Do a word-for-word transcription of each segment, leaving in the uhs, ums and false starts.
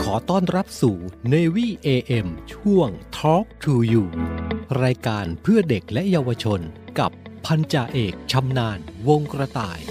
ขอต้อนรับสู่ Navy เอ เอ็ม ช่วง Talk to You รายการเพื่อเด็กและเยาวชนกับพันจ่าเอกชำนาญวงกระต่าย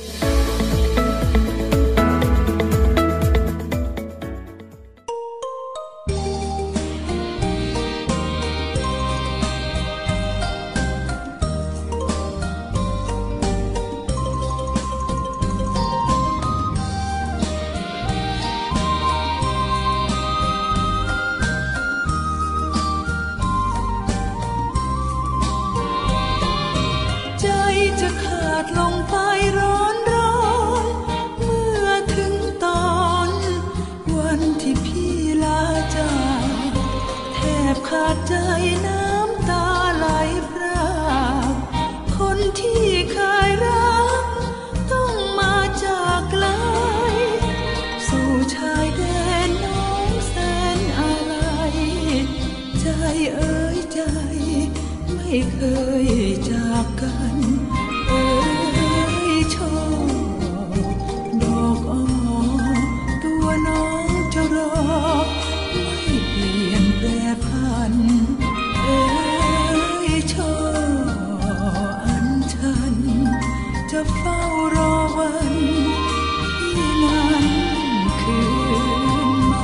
ขาดใจน้ำตาไหลพรากคนที่เคยรักต้องมาจากไกลสู่ชายแดนน้องแสนอะไรใจเอ่ยใจไม่เคยจากกันเอ่ยโชคดอกอ้อตัวน้องจะรอไม่เปลี่ยนแปรพันเอ่ยโชอันฉันจะเฝ้ารอวันที่นั้นคืนมา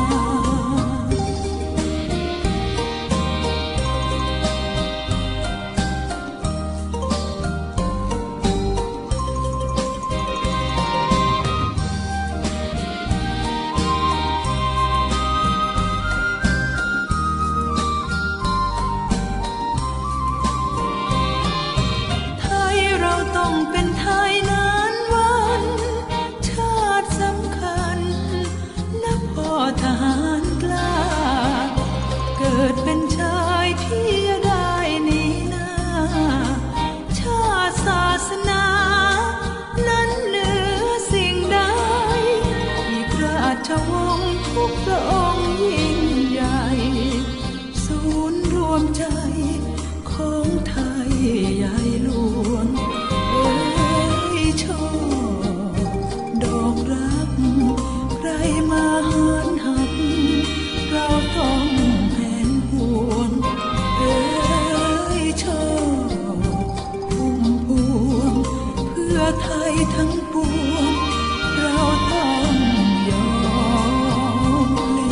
เป็นไทยนานวันชาติสำคัญนับพ่อทหารกล้าเกิดเป็นชายที่ได้หนีหน้าชาติศาสนานั้นเหนือสิ่งใดอีกราชวงศ์ทุกพระองค์ยิ่งใหญ่ศูนย์รวมใจของไทยใหญ่หลวงโชดอกรักใครมาหันหักเราต้องแผนห่วงเอ้ยโชพุ่มพวงเพื่อไทยทั้งปวงเราต้องยอมพลี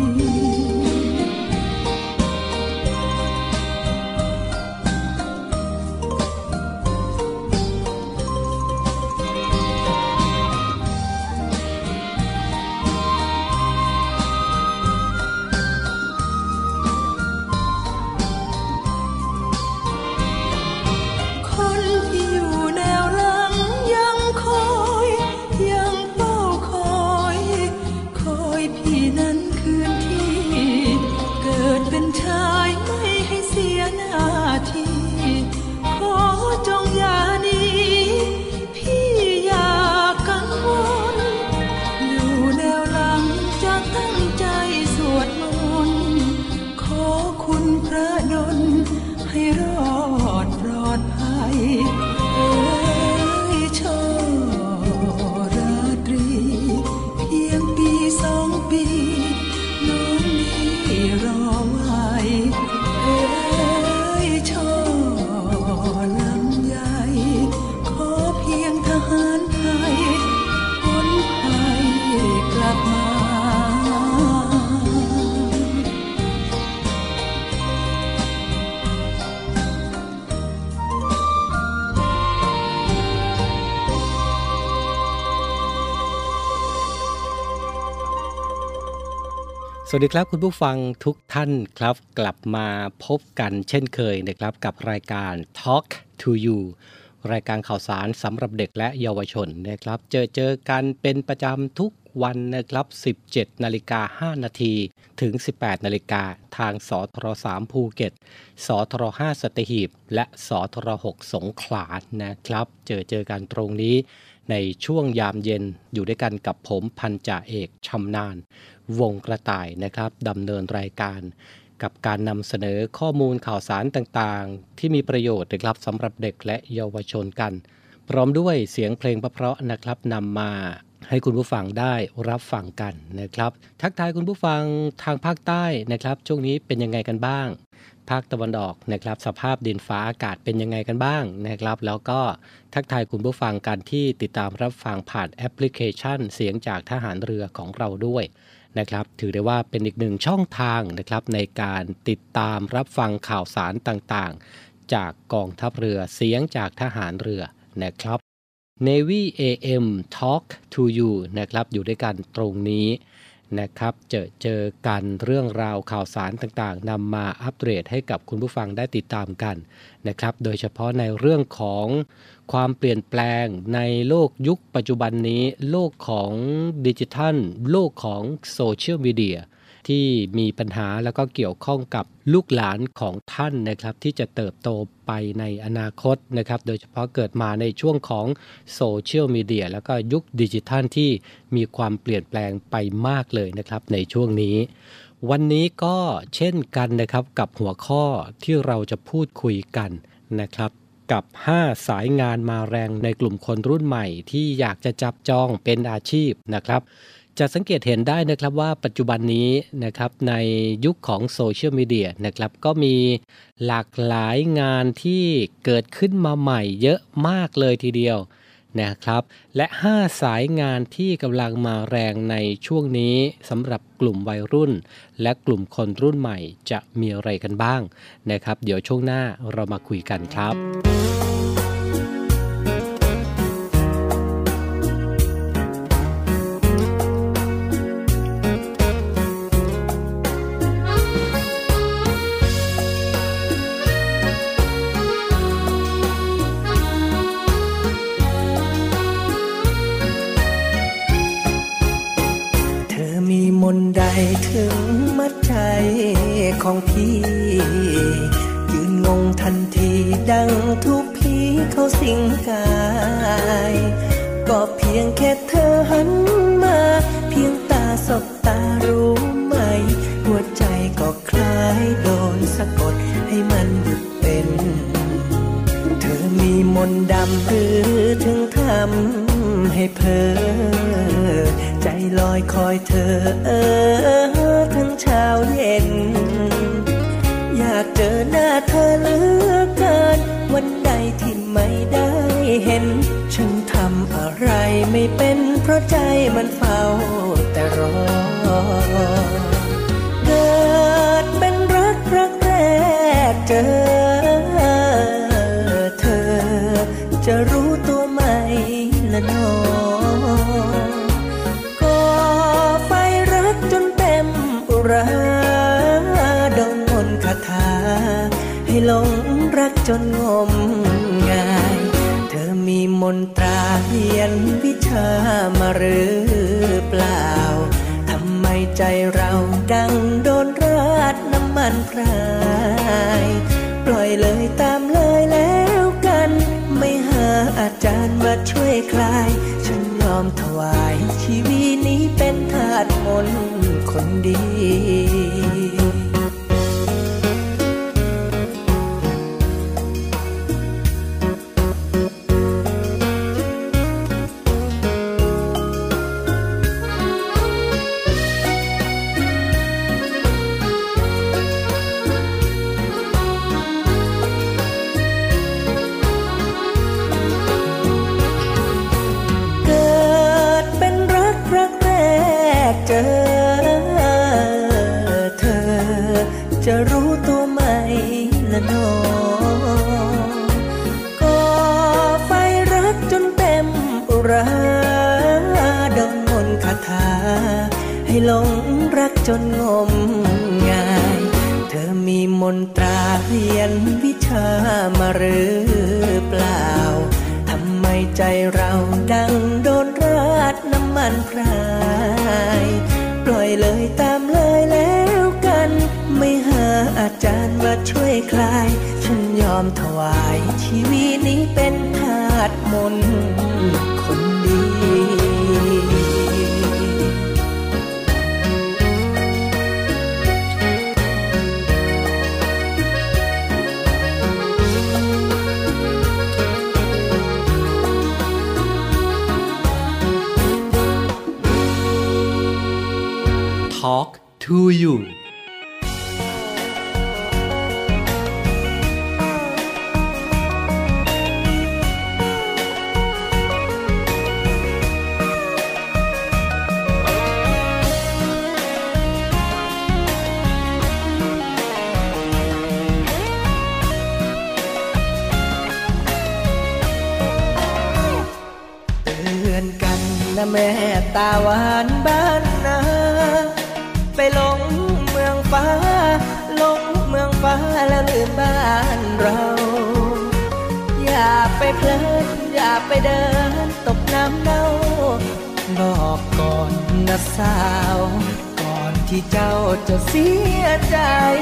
ให้รอดปลอดภัยเอ้ยโชราตรีเพียงปีสองปีน้องนี้รอไว้เอ้ยโชลำใหญ่ขอเพียงทหารไทยพ้นภัยกลับมาสวัสดีครับคุณผู้ฟังทุกท่านครับกลับมาพบกันเช่นเคยนะครับกับรายการ Talk to You รายการข่าวสารสำหรับเด็กและเยาวชนนะครับเจอเจอกันเป็นประจำทุกวันนะครับ สิบเจ็ดนาฬิกาห้านาทีถึง สิบแปดนาฬิกาทางสทรสามภูเก็ตสทรห้าสัตหีบและสทรหกสงขลานะครับเจอเจอกันตรงนี้ในช่วงยามเย็นอยู่ด้วยกันกับผมพันจ่าเอกชำนาญวงกระต่ายนะครับดำเนินรายการกับการนำเสนอข้อมูลข่าวสารต่างๆที่มีประโยชน์นะครับสำหรับเด็กและเยาวชนกันพร้อมด้วยเสียงเพลงเพราะๆนะครับนำมาให้คุณผู้ฟังได้รับฟังกันนะครับทักทายคุณผู้ฟังทางภาคใต้นะครับช่วงนี้เป็นยังไงกันบ้างภาคตะวันออกนะครับสภาพดินฟ้าอากาศเป็นยังไงกันบ้างนะครับแล้วก็ทักทายคุณผู้ฟังกันที่ติดตามรับฟังผ่านแอปพลิเคชันเสียงจากทหารเรือของเราด้วยนะครับถือได้ว่าเป็นอีกหนึ่งช่องทางนะครับในการติดตามรับฟังข่าวสารต่างๆจากกองทัพเรือเสียงจากทหารเรือนะครับ Navy เอ เอ็ม Talk to You นะครับอยู่ด้วยกันตรงนี้นะครับเจอเจอกันเรื่องราวข่าวสารต่างๆนำมาอัปเดตให้กับคุณผู้ฟังได้ติดตามกันนะครับโดยเฉพาะในเรื่องของความเปลี่ยนแปลงในโลกยุคปัจจุบันนี้โลกของดิจิทัลโลกของโซเชียลมีเดียที่มีปัญหาแล้วก็เกี่ยวข้องกับลูกหลานของท่านนะครับที่จะเติบโตไปในอนาคตนะครับโดยเฉพาะเกิดมาในช่วงของโซเชียลมีเดียแล้วก็ยุคดิจิทัลที่มีความเปลี่ยนแปลงไปมากเลยนะครับในช่วงนี้วันนี้ก็เช่นกันนะครับกับหัวข้อที่เราจะพูดคุยกันนะครับกับห้าสายงานมาแรงในกลุ่มคนรุ่นใหม่ที่อยากจะจับจองเป็นอาชีพนะครับจะสังเกตเห็นได้นะครับว่าปัจจุบันนี้นะครับในยุคของโซเชียลมีเดียนะครับก็มีหลากหลายงานที่เกิดขึ้นมาใหม่เยอะมากเลยทีเดียวนะครับและห้าสายงานที่กำลังมาแรงในช่วงนี้สำหรับกลุ่มวัยรุ่นและกลุ่มคนรุ่นใหม่จะมีอะไรกันบ้างนะครับเดี๋ยวช่วงหน้าเรามาคุยกันครับมนต์ใดถึงมัดใจของพี่ยืนงงทันทีดังทุกผีเขาสิงกายก็เพียงแค่เธอหันมาเพียงตาสบตารู้ไหมหัวใจก็คล้ายโดนสะกดให้มันหยุดเป็นเธอมีมนต์ดำหรือถึงทำให้เพ้อใจลอยคอยเธอเออทั้งเช้าเย็นอยากเจอหน้าเธอเหลือเกินวันใดที่ไม่ได้เห็นฉันทำอะไรไม่เป็นเพราะใจมันเฝ้าแต่รอเกิดเป็นรักรักแรกเจอเธอจะรู้ตัวไหมละน้อราดงมนต์คาถาให้หลงรักจนงมงายเธอมีมนตราเรียนวิชามาหรือเปล่าทำไมใจเราดังโดนราดน้ำมันพรายปล่อยเลยตามเลยแล้วกันไม่หาอาจารย์มาช่วยคลายฉันยอมถวายชีวิตนี้เป็นทาสมนต์คนดีเจอเธอจะรู้ตัวไหมละน้อก็ไฟรักจนเต็มอุราดงมนต์คาถาให้หลงรักจนงมงายเธอมีมนตราเรียนวิชามาหรือเปล่าทำไมใจเราดังโดนราดน้ำมันพรายปล่อยเลยตามเลยแล้วกันไม่หาอาจารย์มาช่วยคลายฉันยอมถวายชีวิตนี้เป็นทาสมนต์คนดี Talk to You แม่ตาหวานบ้านนาไปหลงเมืองฟ้าหลงเมืองฟ้าแล้วลืมบ้านเราอย่าไปเพลินอย่าไปเดินตกน้ำเน่าบอกก่อนนะสาวก่อนที่เจ้าจะเสียใจ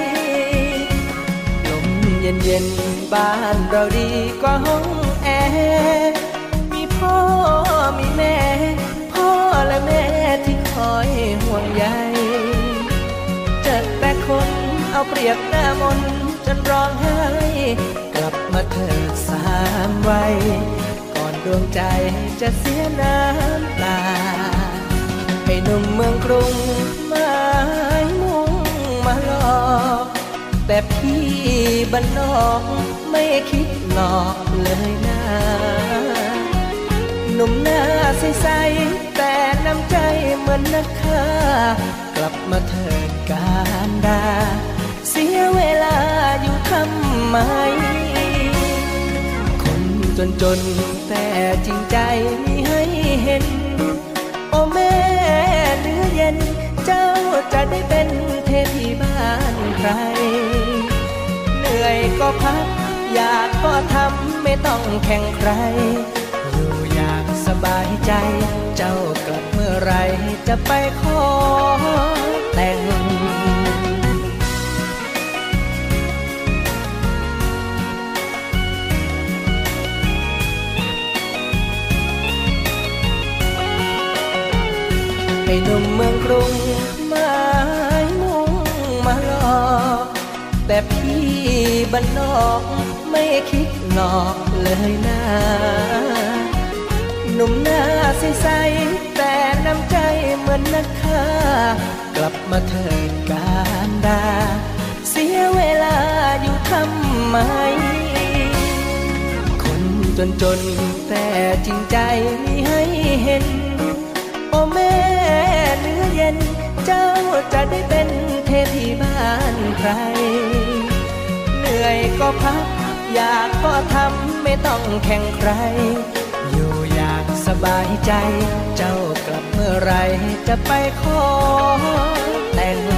ลมเย็นๆบ้านเราดีกว่าห้องแอร์มีพ่อมีแม่พ่อและแม่ที่คอยห่วงใยเจอแต่คนเอาเปรียบหน้ามนจนร้องไห้กลับมาเถิดสามวัยก่อนดวงใจจะเสียน้ำตาให้หนุ่มเมืองกรุงหมายมุ่งมาหลอกแต่พี่บ้านนอกไม่คิดหลอกเลยนะหนุ่มหน้าใสๆแต่น้ำใจเหมือนนักฆ่ากลับมาเถิดการดาเสียเวลาอยู่ทำไมคนจนๆแต่จริงใจมีให้เห็นโอ้แม่เนื้อเย็นเจ้าจะได้เป็นเทพีบ้านใครเหนื่อยก็พักอยากก็ทำไม่ต้องแข่งใครอยู่อย่างสบายใจเจ้ากลับเมื่อไรจะไปขอแต่งให้หนุ่มเมืองกรุงหมายมุ่งมาหลอกแต่พี่บ้านนอกไม่คิดหลอกเลยนะหนุ่มหน้าใสๆแต่น้ำใจเหมือนนักฆ่ากลับมาเถิดการดาเสียเวลาอยู่ทำไมคนจนๆแต่จริงใจมีให้เห็นโอ้แม่เนื้อเย็นเจ้าจะได้เป็นเทพีบ้านใครเหนื่อยก็พักอยากก็ทำไม่ต้องแข่งใครอยู่อย่างสบายใจเจ้ากลับเมื่อไรจะไปขอแต่ง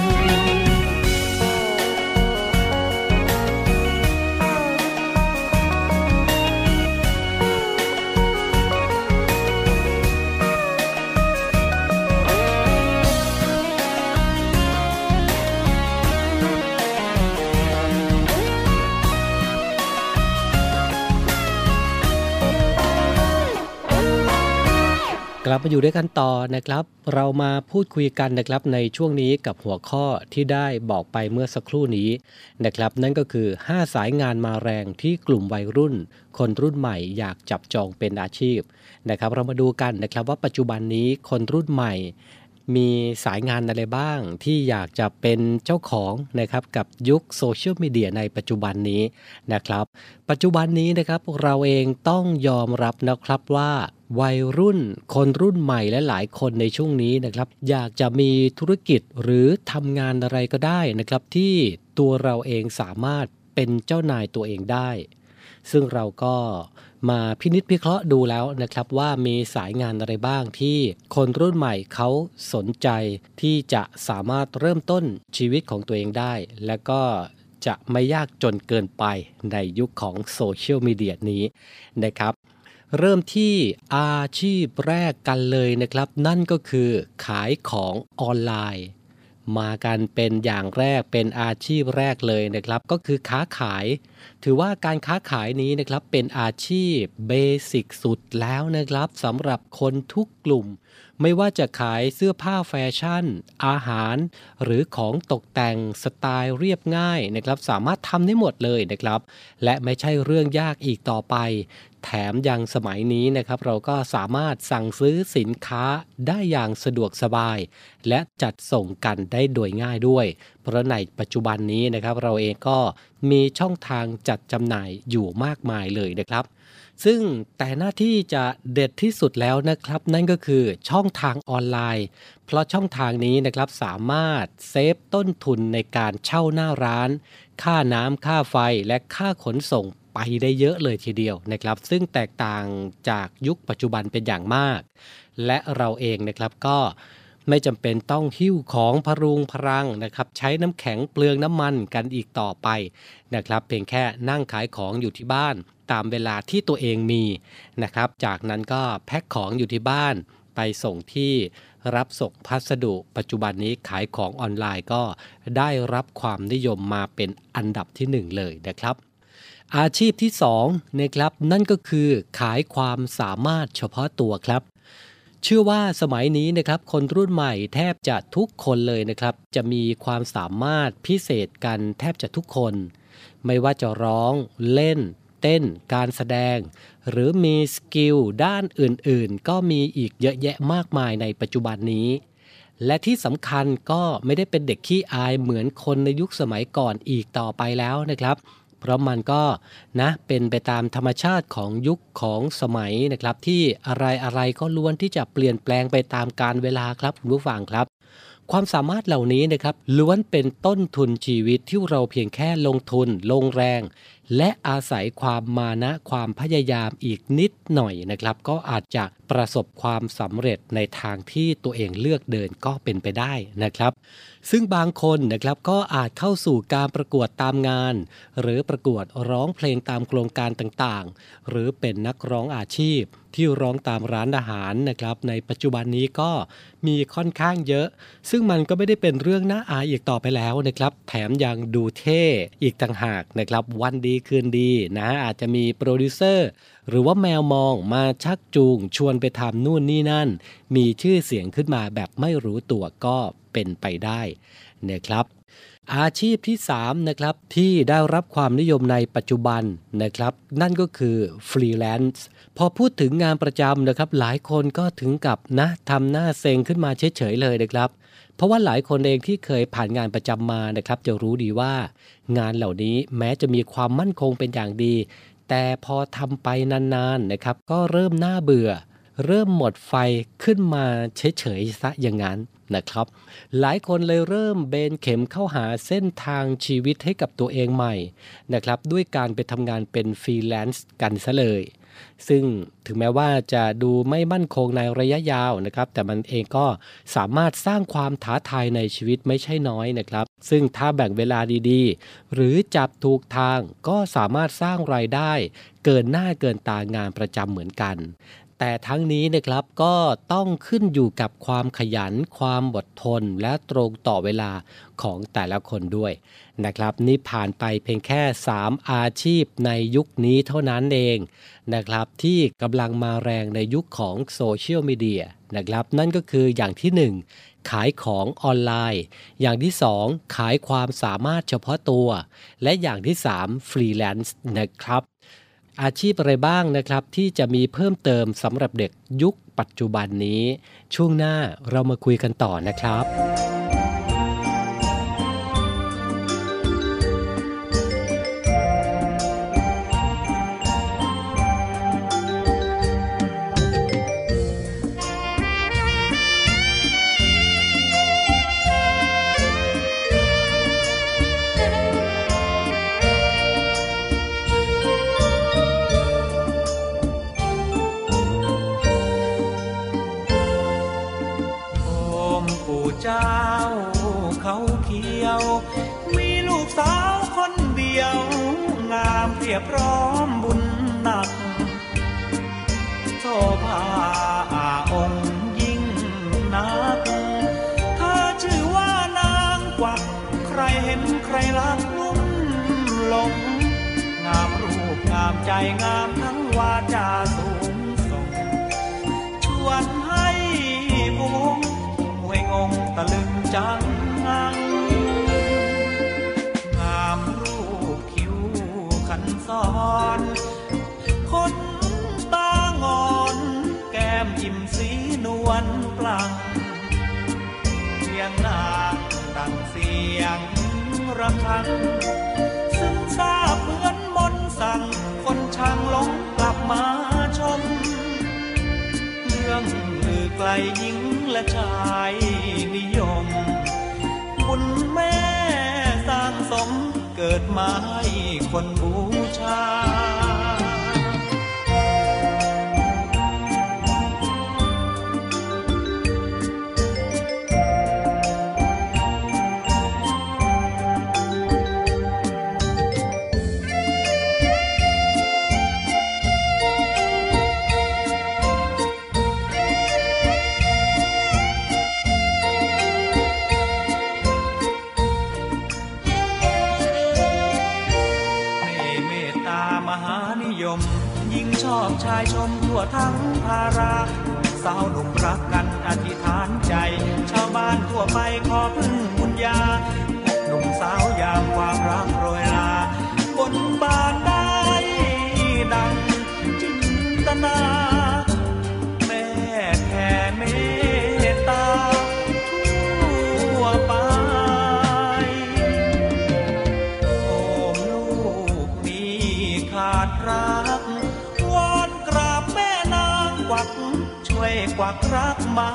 กลับมาอยู่ด้วยกันต่อนะครับเรามาพูดคุยกันนะครับในช่วงนี้กับหัวข้อที่ได้บอกไปเมื่อสักครู่นี้นะครับนั่นก็คือห้าสายงานมาแรงที่กลุ่มวัยรุ่นคนรุ่นใหม่อยากจับจองเป็นอาชีพนะครับเรามาดูกันนะครับว่าปัจจุบันนี้คนรุ่นใหม่มีสายงานอะไรบ้างที่อยากจะเป็นเจ้าของนะครับกับยุคโซเชียลมีเดียในปัจจุบันนี้นะครับปัจจุบันนี้นะครับเราเองต้องยอมรับนะครับว่าวัยรุ่นคนรุ่นใหม่และหลายคนในช่วงนี้นะครับอยากจะมีธุรกิจหรือทำงานอะไรก็ได้นะครับที่ตัวเราเองสามารถเป็นเจ้านายตัวเองได้ซึ่งเราก็มาพินิจพิเคราะห์ดูแล้วนะครับว่ามีสายงานอะไรบ้างที่คนรุ่นใหม่เขาสนใจที่จะสามารถเริ่มต้นชีวิตของตัวเองได้และก็จะไม่ยากจนเกินไปในยุคของโซเชียลมีเดียนี้นะครับเริ่มที่อาชีพแรกกันเลยนะครับนั่นก็คือขายของออนไลน์มากันเป็นอย่างแรกเป็นอาชีพแรกเลยนะครับก็คือค้าขายถือว่าการค้าขายนี้นะครับเป็นอาชีพเบสิกสุดแล้วนะครับสำหรับคนทุกกลุ่มไม่ว่าจะขายเสื้อผ้าแฟชั่นอาหารหรือของตกแต่งสไตล์เรียบง่ายนะครับสามารถทำได้หมดเลยนะครับและไม่ใช่เรื่องยากอีกต่อไปแถมยังสมัยนี้นะครับเราก็สามารถสั่งซื้อสินค้าได้อย่างสะดวกสบายและจัดส่งกันได้โดยง่ายด้วยเพราะในปัจจุบันนี้นะครับเราเองก็มีช่องทางจัดจำหน่ายอยู่มากมายเลยนะครับซึ่งแต่หน้าที่จะเด็ดที่สุดแล้วนะครับนั่นก็คือช่องทางออนไลน์เพราะช่องทางนี้นะครับสามารถเซฟต้นทุนในการเช่าหน้าร้านค่าน้ำค่าไฟและค่าขนส่งไปได้เยอะเลยทีเดียวนะครับซึ่งแตกต่างจากยุคปัจจุบันเป็นอย่างมากและเราเองนะครับก็ไม่จำเป็นต้องหิ้วของพรุงพรังนะครับใช้น้ำแข็งเปลืองน้ำมันกันอีกต่อไปนะครับเพียงแค่นั่งขายของอยู่ที่บ้านตามเวลาที่ตัวเองมีนะครับจากนั้นก็แพ็คของอยู่ที่บ้านไปส่งที่รับส่งพัสดุปัจจุบันนี้ขายของออนไลน์ก็ได้รับความนิยมมาเป็นอันดับที่หนึ่งเลยนะครับอาชีพที่สองนะครับนั่นก็คือขายความสามารถเฉพาะตัวครับเชื่อว่าสมัยนี้นะครับคนรุ่นใหม่แทบจะทุกคนเลยนะครับจะมีความสามารถพิเศษกันแทบจะทุกคนไม่ว่าจะร้องเล่นเต้นการแสดงหรือมีสกิลด้านอื่นๆก็มีอีกเยอะแยะมากมายในปัจจุบันนี้และที่สำคัญก็ไม่ได้เป็นเด็กขี้อายเหมือนคนในยุคสมัยก่อนอีกต่อไปแล้วนะครับเพราะมันก็นะเป็นไปตามธรรมชาติของยุคของสมัยนะครับที่อะไรๆก็ล้วนที่จะเปลี่ยนแปลงไปตามกาลเวลาครับคุณผู้ฟังครับความสามารถเหล่านี้นะครับล้วนเป็นต้นทุนชีวิตที่เราเพียงแค่ลงทุนลงแรงและอาศัยความมานะความพยายามอีกนิดหน่อยนะครับก็อาจจะประสบความสำเร็จในทางที่ตัวเองเลือกเดินก็เป็นไปได้นะครับซึ่งบางคนนะครับก็อาจเข้าสู่การประกวดตามงานหรือประกวดร้องเพลงตามโครงการต่างๆหรือเป็นนักร้องอาชีพที่ร้องตามร้านอาหารนะครับในปัจจุบันนี้ก็มีค่อนข้างเยอะซึ่งมันก็ไม่ได้เป็นเรื่องน่าอายอีกต่อไปแล้วนะครับแถมยังดูเท่อีกต่างหากนะครับวันดีคืนดีนะอาจจะมีโปรดิวเซอร์หรือว่าแมวมองมาชักจูงชวนไปทำนู่นนี่นั่นมีชื่อเสียงขึ้นมาแบบไม่รู้ตัวก็เป็นไปได้นะครับอาชีพที่สามนะครับที่ได้รับความนิยมในปัจจุบันนะครับนั่นก็คือฟรีแลนซ์พอพูดถึงงานประจำนะครับหลายคนก็ถึงกับนะทำหน้าเซ็งขึ้นมาเฉยๆเลยนะครับเพราะว่าหลายคนเองที่เคยผ่านงานประจำมานะครับจะรู้ดีว่างานเหล่านี้แม้จะมีความมั่นคงเป็นอย่างดีแต่พอทำไปนานๆนะครับก็เริ่มน่าเบื่อเริ่มหมดไฟขึ้นมาเฉยๆซะอย่างนั้นนะครับหลายคนเลยเริ่มเบนเข็มเข้าหาเส้นทางชีวิตให้กับตัวเองใหม่นะครับด้วยการไปทำงานเป็นฟรีแลนซ์กันซะเลยซึ่งถึงแม้ว่าจะดูไม่มั่นคงในระยะยาวนะครับแต่มันเองก็สามารถสร้างความท้าทายในชีวิตไม่ใช่น้อยนะครับซึ่งถ้าแบ่งเวลาดีๆหรือจับถูกทางก็สามารถสร้างรายได้เกินหน้าเกินตางานประจำเหมือนกันแต่ทั้งนี้นะครับก็ต้องขึ้นอยู่กับความขยันความอดทนและตรงต่อเวลาของแต่ละคนด้วยนะครับนี่ผ่านไปเพียงแค่สามอาชีพในยุคนี้เท่านั้นเองนะครับที่กำลังมาแรงในยุคของโซเชียลมีเดียนะครับนั่นก็คืออย่างที่หนึ่งขายของออนไลน์อย่างที่สองขายความสามารถเฉพาะตัวและอย่างที่สามฟรีแลนซ์นะครับอาชีพอะไรบ้างนะครับที่จะมีเพิ่มเติมสำหรับเด็กยุคปัจจุบันนี้ช่วงหน้าเรามาคุยกันต่อนะครับเจ้าเขาเขียวมีลูกสาวคนเดียวงามเพียบพร้อมบุญหนักโสภาองค์ยิ่งนักเธอชื่อว่านางกวักใครเห็นใครรักลุ่มหลงงามรูปงามใจงามทั้งวาจาสูงส่งชวนให้พตะลึงจังงังงามรูปคิ้วขันซ้อนคนตางอนแก้มยิ้มสีนวลปลั่งเสียงนางดังเสียงระฆังซึ่งซาบเหมือนมนต์สั่งคนช่างหลงกลับมาชมเรื่องลือไกลหญิงและชายนิยมบุญแม่สร้างสมเกิดมาให้คนบูชายิ่งชอบชายชมทั่วทั้งภาราสาวหนุ่มรักกันอธิษฐานใจชาวบ้านทั่วไปขอพึ่งบุญญาหนุ่มสาวยามความรักโรยลาบนบานได้ดังจินตนาแม่แผ่เมตตาทั่วไปโอ้ลูกนี้ขาดรักช่วยกวักรักมา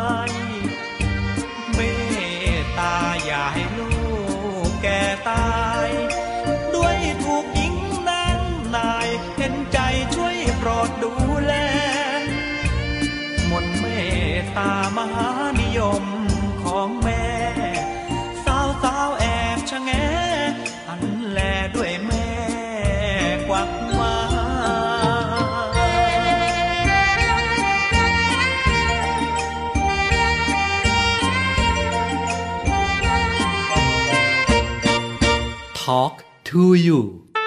เมตตาอย่าให้ลูกแก่ตายด้วยถูกหญิงนั้นนายเห็นใจช่วยโปรดดูแลมนต์เมตตามหานิยมของแม่สาวสาวแอบชะแงอันแลด้วยแม่กวักมา Talk to you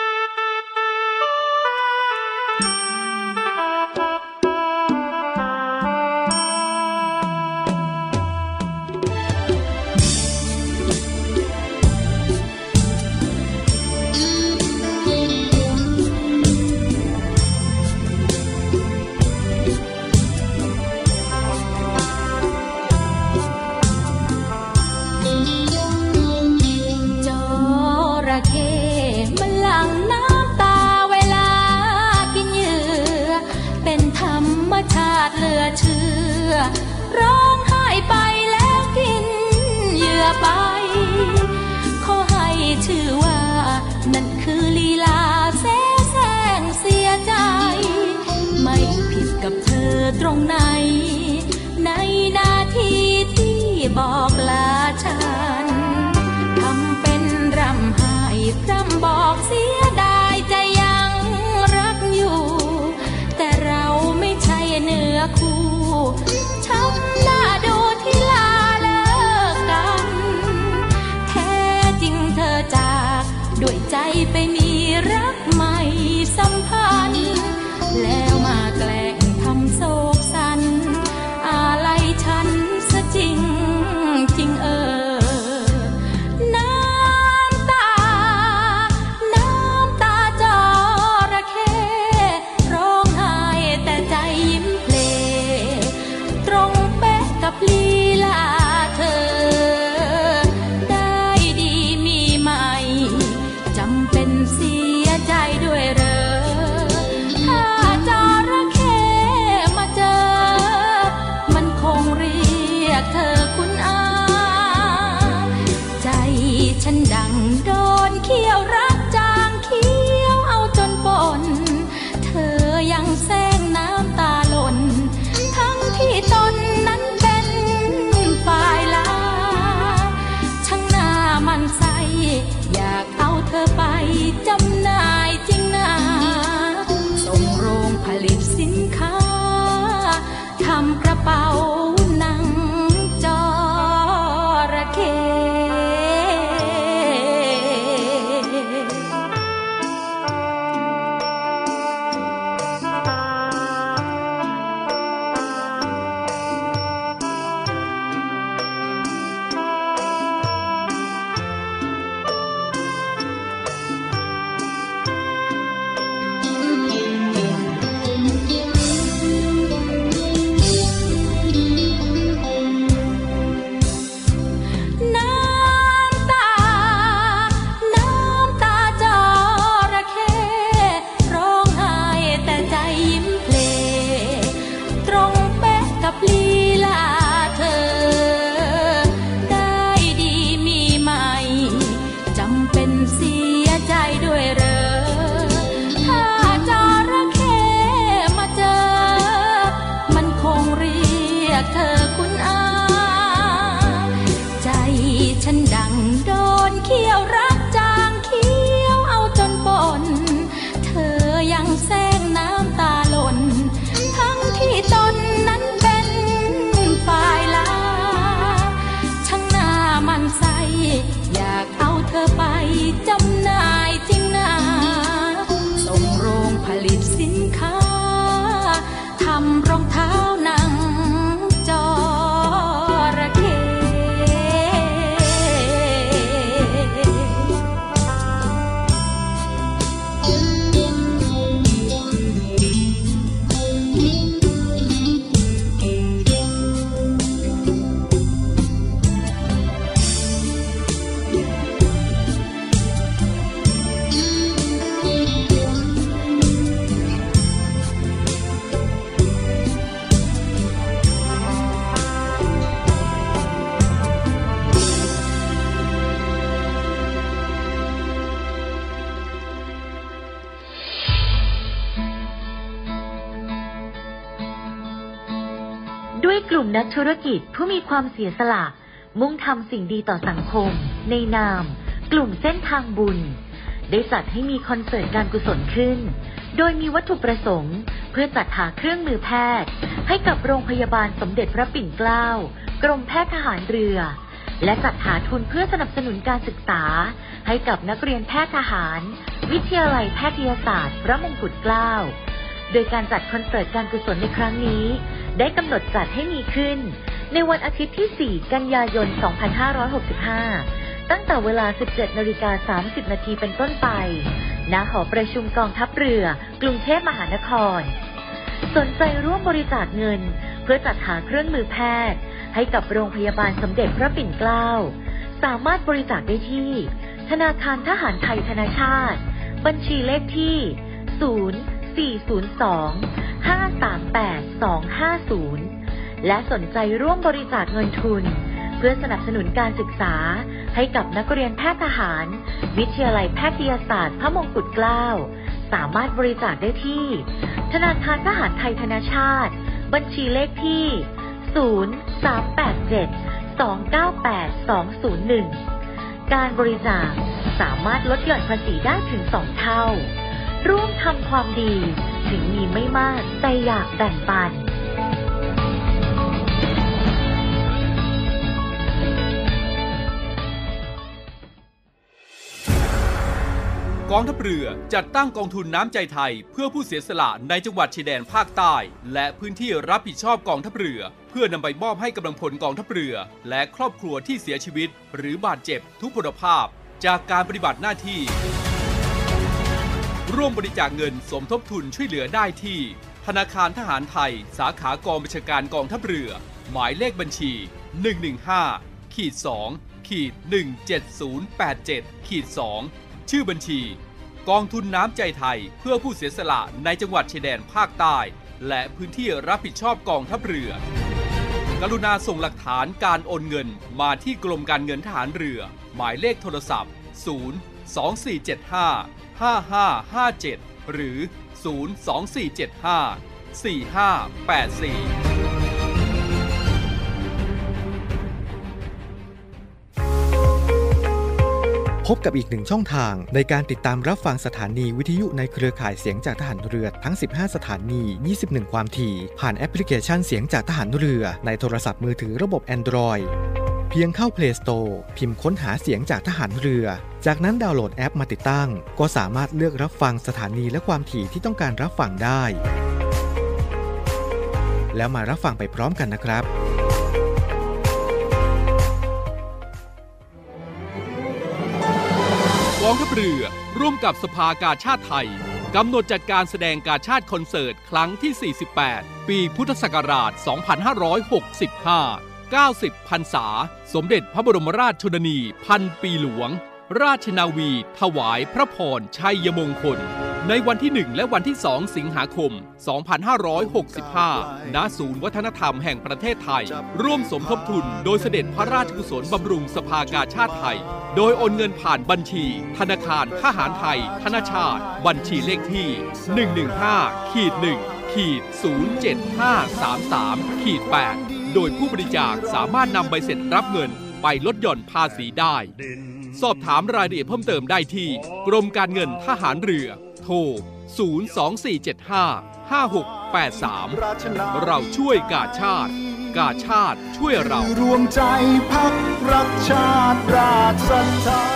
เหลือเชื่อร้องไห้ไปแล้วกินเหยื่อไปขอให้ชื่อว่านั่นคือลีลาแซ่แซงเสียใจไม่ผิดกับเธอตรงไหนในนาทีที่บอกลาฉันทำเป็นรำไห้พร่ำบอกเสียดายใจยังรักอยู่แต่เราไม่ใช่เนื้อคู่ช้ำหน้าดูที่ลาเลิกกันแท้จริงเธอจากด้วยใจไปมีรักใหม่สัมพันธ์แล้วมาแกล้งทำโศกสันอะไรฉันซะจริงจริงเออน้ำตาน้ำตาจระเข้ร้องไห้แต่ใจยิ้มเพลตรงเป๊ะกับลีลาเธอได้ดีมีใหม่จำเป็นเสียใจด้วยเหรอถ้าจระเข้มาเจอมันคงเรียกเธอคุณอาใจฉันดังโดนเขี้ยวรักจางเขี้ยวเอาจนปนเธอยังแซงน้ำตาหล่นทั้งที่ตนนั้นเป็นฝ่ายลาช่างหน้ามันใสอยากเอาเธอไปจำหน่ายจริงนาส่งโรงผลิตสินค้าทำกระเป๋าหนังจระเข้ลุ่มนักธุรกิจผู้มีความเสียสละมุ่งทำสิ่งดีต่อสังคมในนามกลุ่มเส้นทางบุญได้จัดให้มีคอนเสิร์ตการกุศลขึ้นโดยมีวัตถุประสงค์เพื่อจัดหาเครื่องมือแพทย์ให้กับโรงพยาบาลสมเด็จพระปิ่นเกล้ากรมแพทย์ทหารเรือและจัดหาทุนเพื่อสนับสนุนการศึกษาให้กับนักเรียนแพทย์ทหารวิทยาลัยแพทยศาสตร์พระมงกุฎเกล้าโดยการจัดคอนเสิร์ตการกุศลในครั้งนี้ได้กำหนดจัดให้มีขึ้นในวันอาทิตย์ที่สี่กันยายนสองพันห้าร้อยหกสิบห้าตั้งแต่เวลา สิบเจ็ดนาฬิกาสามสิบนาทีเป็นต้นไปณหอประชุมกองทัพเรือกรุงเทพมหานครสนใจร่วมบริจาคเงินเพื่อจัดหาเครื่องมือแพทย์ให้กับโรงพยาบาลสมเด็จพระปิ่นเกล้าสามารถบริจาคได้ที่ธนาคารทหารไทยธนชาติบัญชีเลขที่ศูนย์ สี่ ศูนย์ สอง ห้า สาม แปด สอง ห้า ศูนย์และสนใจร่วมบริจาคเงินทุนเพื่อสนับสนุนการศึกษาให้กับนักเรียนแพทย์ทหารวิทยาลัยแพทยศาสตร์พระมงกุฎเกล้าสามารถบริจาคได้ที่ธนาคารทหารไทยธนชาติบัญชีเลขที่ศูนย์ สาม แปด เจ็ด สอง เก้า แปด สอง ศูนย์ หนึ่งการบริจาคสามารถลดหย่อนภาษีได้ถึงสองเท่าร่วมทำความดีถึงมีไม่มากแต่อยากแบ่งปันกองทัพเรือจัดตั้งกองทุนน้ำใจไทยเพื่อผู้เสียสละในจังหวัดชายแดนภาคใต้และพื้นที่รับผิดชอบกองทัพเรือเพื่อนำไปมอบให้กำลังพลกองทัพเรือและครอบครัวที่เสียชีวิตหรือบาดเจ็บทุกพลภาพจากการปฏิบัติหน้าที่ร่วมบริจาคเงินสมทบทุนช่วยเหลือได้ที่ธนาคารทหารไทยสาขากองบัญชาการกองทัพเรือหมายเลขบัญชี หนึ่ง หนึ่ง ห้า สอง หนึ่ง เจ็ด ศูนย์ แปด เจ็ด สองชื่อบัญชีกองทุนน้ำใจไทยเพื่อผู้เสียสละในจังหวัดชายแดนภาคใต้และพื้นที่รับผิดชอบกองทัพเรือกรุณาส่งหลักฐานการโอนเงินมาที่กรมการเงินทหารเรือหมายเลขโทรศัพท์ศูนย์ สอง สี่ เจ็ด ห้า ห้า ห้า ห้า เจ็ดหรือศูนย์ สอง สี่ เจ็ด ห้า สี่ ห้า แปด สี่พบกับอีกหนึ่งช่องทางในการติดตามรับฟังสถานีวิทยุในเครือข่ายเสียงจากทหารเรือทั้งสิบห้าสถานี ยี่สิบเอ็ด ความถี่ผ่านแอปพลิเคชันเสียงจากทหารเรือในโทรศัพท์มือถือระบบ Android เพียงเข้า Play Store พิมพ์ค้นหาเสียงจากทหารเรือจากนั้นดาวน์โหลดแอปมาติดตั้งก็สามารถเลือกรับฟังสถานีและความถี่ที่ต้องการรับฟังได้แล้วมารับฟังไปพร้อมกันนะครับกองทัพเรือร่วมกับสภากาชาดไทยกำหนดจัดการแสดงกาชาดคอนเสิร์ตครั้งที่สี่สิบแปดปีพุทธศักราชสองพันห้าร้อยหกสิบห้า เก้าสิบพรรษาสมเด็จพระบรมราชชนนีพันปีหลวงราชนาวีถวายพระพรชัยมงคลในวันที่หนึ่งและวันที่สองสิงหาคมสองพันห้าร้อยหกสิบห้าณศูนย์วัฒนธรรมแห่งประเทศไทยร่วมสมทบทุนโดยเสด็จพระราชกุศลบำรุงสภากาชาดไทยโดยโอนเงินผ่านบัญชีธนาคารทหารไทยธนชาติบัญชีเลขที่ หนึ่ง หนึ่ง ห้า หนึ่ง ศูนย์ เจ็ด ห้า สาม สาม แปด โดยผู้บริจาคสามารถนำใบเสร็จรับเงินไปลดหย่อนภาษีได้สอบถามรายละเอียดเพิ่มเติมได้ที่กรมการเงินทหารเรือโทร ศูนย์ สอง สี่ เจ็ด ห้า ห้า หก แปด สาม เราช่วยกาชาติกาชาติช่วยเรารวมใจพักรักชาติราชศรัทธา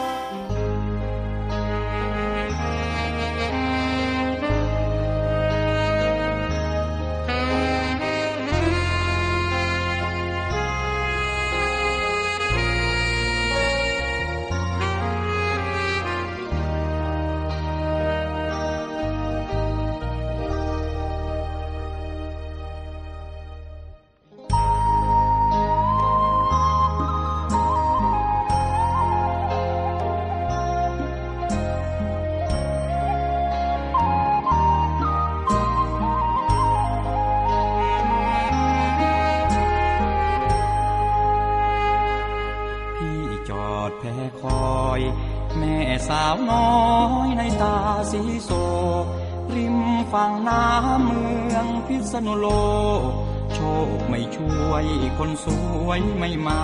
สาวน้อยในตาสีโศกริมฝั่งน้ำเมืองพิษณุโลกชคไม่ช่วยคนสวยไม่มา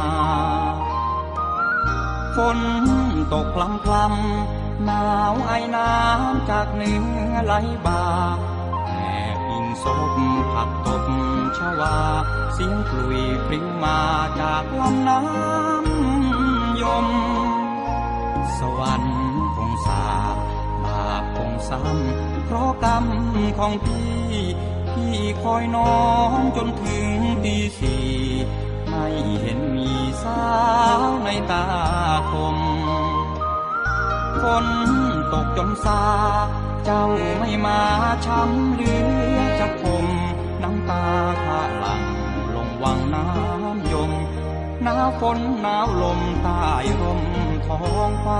ฝนตกพลำพลำหนาวไอน้ำจากเหนือไหลบ่าแอบอิงศพผักตบชวาเสียงกลุยพริ้วมาจากลำน้ำยมสวรรค์คงสาบาปคงซ้ำเพราะกรรมของพี่พี่คอยน้องจนถึงตีสี่ไม่เห็นมีสาวในตาคมฝนตกจนซาเจ้าไม่มาช้ำเหลือจะคมน้ำตาข้าหลั่งลงวังน้ำยมหนาวฝนหนาวลมใต้ร่มท้องฟ้า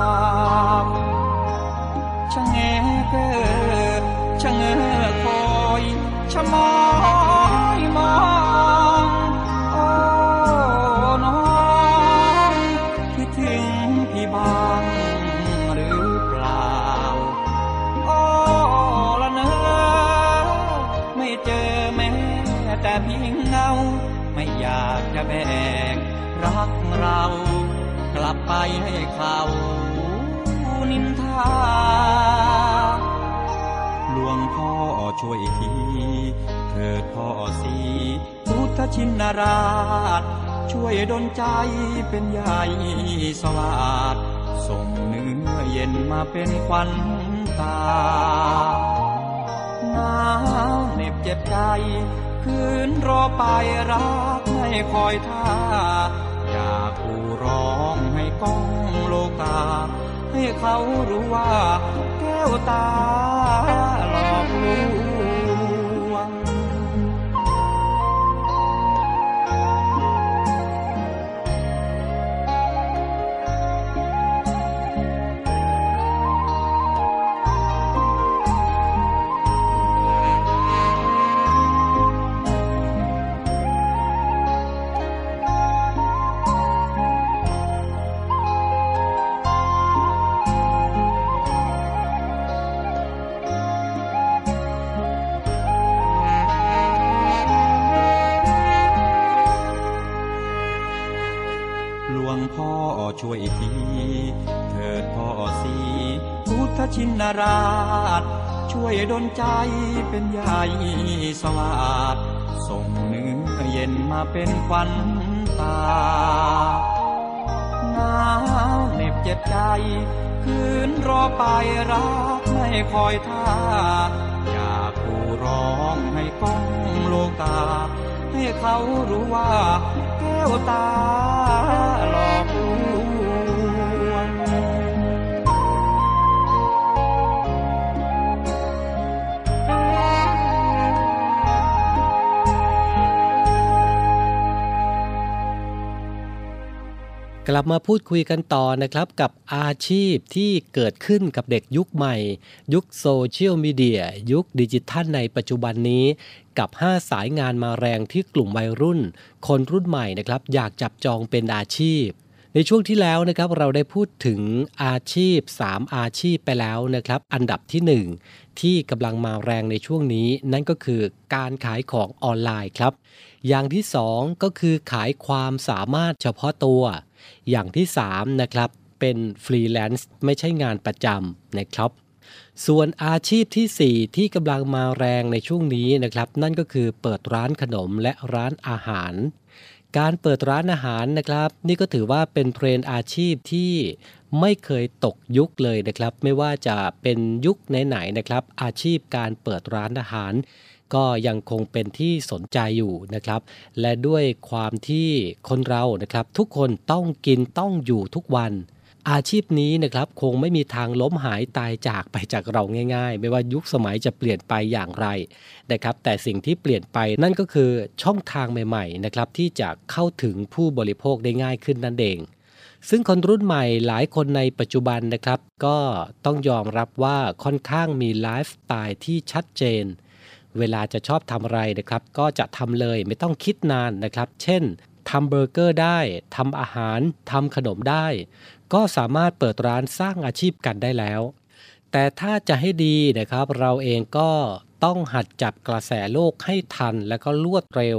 ชะแงเก้อชะเง้อคอยชะมอยมองโอ้น้องคิดถึงพี่บ้างหรือเปล่าโอ้ละเนอไม่เจอแม้แต่เพียงเงาไม่อยากจะแบกรักเรากลับไปให้เขานินทาหลวงพ่อช่วยทีเถิดพ่อสีพุทธชินราชช่วยดลใจเป็นใหญ่สวาสส่งเนื้อเย็นมาเป็นควันตาหนาวเหน็บเจ็บใจคืนรอไปรักไม่คอยท่าอยากกูร้องให้ก้องโลกาให้เขารู้ว่าแก้วตาหลอกลวงช่วยทีเถิดพ่อสีพุทธชินราชช่วยดลใจเป็นใหญ่สวาสส่งเนื้อเย็นมาเป็นควันตาหนาวเหน็บเจ็บใจคืนรอไปรักไม่คอยท่าอยากกูร้องให้ก้องโลกาให้เขารู้ว่าแก้วตาหลอกลวงกลับมาพูดคุยกันต่อนะครับกับอาชีพที่เกิดขึ้นกับเด็กยุคใหม่ยุคโซเชียลมีเดียยุคดิจิทัลในปัจจุบันนี้กับห้าสายงานมาแรงที่กลุ่มวัยรุ่นคนรุ่นใหม่นะครับอยากจับจองเป็นอาชีพในช่วงที่แล้วนะครับเราได้พูดถึงอาชีพสามอาชีพไปแล้วนะครับอันดับที่หนึ่งที่กำลังมาแรงในช่วงนี้นั่นก็คือการขายของออนไลน์ครับอย่างที่สองก็คือขายความสามารถเฉพาะตัวอย่างที่สามนะครับเป็นฟรีแลนซ์ไม่ใช่งานประจำนะครับส่วนอาชีพที่สี่ที่กำลังมาแรงในช่วงนี้นะครับนั่นก็คือเปิดร้านขนมและร้านอาหารการเปิดร้านอาหารนะครับนี่ก็ถือว่าเป็นเทรนด์อาชีพที่ไม่เคยตกยุคเลยนะครับไม่ว่าจะเป็นยุคไหนๆนะครับอาชีพการเปิดร้านอาหารก็ยังคงเป็นที่สนใจอยู่นะครับและด้วยความที่คนเรานะครับทุกคนต้องกินต้องอยู่ทุกวันอาชีพนี้นะครับคงไม่มีทางล้มหายตายจากไปจากเราง่ายๆไม่ว่ายุคสมัยจะเปลี่ยนไปอย่างไรนะครับแต่สิ่งที่เปลี่ยนไปนั่นก็คือช่องทางใหม่ๆนะครับที่จะเข้าถึงผู้บริโภคได้ง่ายขึ้นนั่นเองซึ่งคนรุ่นใหม่หลายคนในปัจจุบันนะครับก็ต้องยอมรับว่าค่อนข้างมีไลฟ์สไตล์ที่ชัดเจนเวลาจะชอบทำอะไรนะครับก็จะทำเลยไม่ต้องคิดนานนะครับเช่นทำเบอร์เกอร์ได้ทำอาหารทำขนมได้ก็สามารถเปิดร้านสร้างอาชีพกันได้แล้วแต่ถ้าจะให้ดีนะครับเราเองก็ต้องหัดจับกระแสโลกให้ทันและก็รวดเร็ว